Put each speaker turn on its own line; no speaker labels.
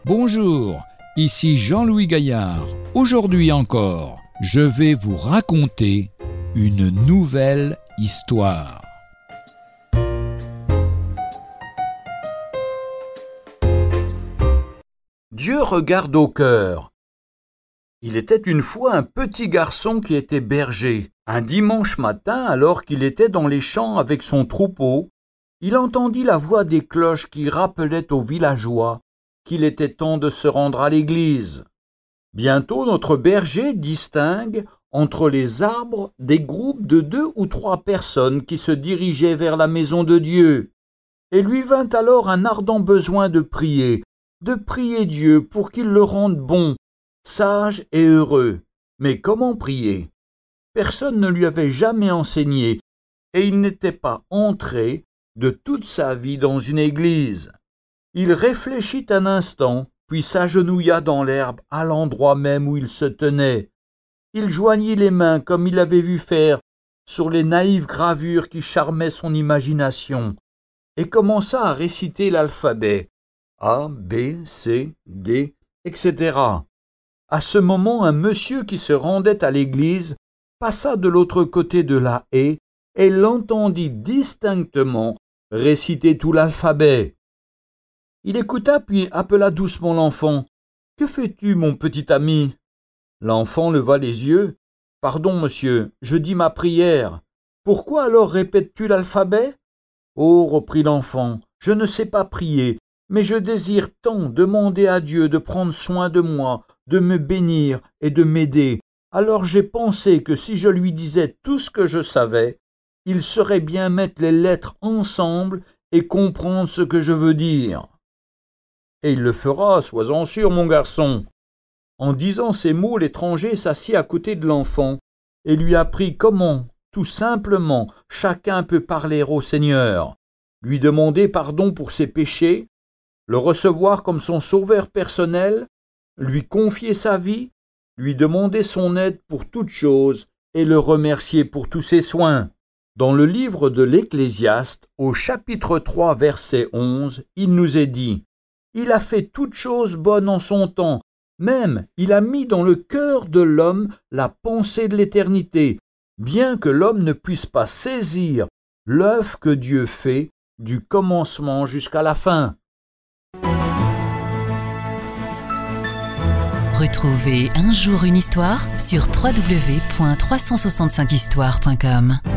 Bonjour, ici Jean-Louis Gaillard. Aujourd'hui encore, je vais vous raconter une nouvelle histoire.
Dieu regarde au cœur. Il était une fois un petit garçon qui était berger. Un dimanche matin, alors qu'il était dans les champs avec son troupeau, il entendit la voix des cloches qui rappelaient aux villageois qu'il était temps de se rendre à l'église. Bientôt notre berger distingue entre les arbres des groupes de 2 ou 3 personnes qui se dirigeaient vers la maison de Dieu. Et lui vint alors un ardent besoin de prier Dieu pour qu'il le rende bon, sage et heureux. Mais comment prier? Personne ne lui avait jamais enseigné, et il n'était pas entré de toute sa vie dans une église. Il réfléchit un instant, puis s'agenouilla dans l'herbe à l'endroit même où il se tenait. Il joignit les mains comme il avait vu faire sur les naïves gravures qui charmaient son imagination, et commença à réciter l'alphabet, A, B, C, D, etc. À ce moment, un monsieur qui se rendait à l'église passa de l'autre côté de la haie et l'entendit distinctement réciter tout l'alphabet. Il écouta puis appela doucement l'enfant. « Que fais-tu, mon petit ami ?» L'enfant leva les yeux. « Pardon, monsieur, je dis ma prière. Pourquoi alors répètes-tu l'alphabet ?»« Oh, reprit l'enfant, je ne sais pas prier, mais je désire tant demander à Dieu de prendre soin de moi, de me bénir et de m'aider. Alors j'ai pensé que si je lui disais tout ce que je savais, il saurait bien mettre les lettres ensemble et comprendre ce que je veux dire. » « Et il le fera, sois-en sûr, mon garçon. » En disant ces mots, l'étranger s'assit à côté de l'enfant et lui apprit comment, tout simplement, chacun peut parler au Seigneur, lui demander pardon pour ses péchés, le recevoir comme son sauveur personnel, lui confier sa vie, lui demander son aide pour toute chose et le remercier pour tous ses soins. Dans le livre de l'Ecclésiaste, au chapitre 3, verset 11, il nous est dit « Il a fait toute chose bonne en son temps, même il a mis dans le cœur de l'homme la pensée de l'éternité, bien que l'homme ne puisse pas saisir l'œuvre que Dieu fait du commencement jusqu'à la fin. »
Retrouvez Un jour une histoire sur www.365histoire.com.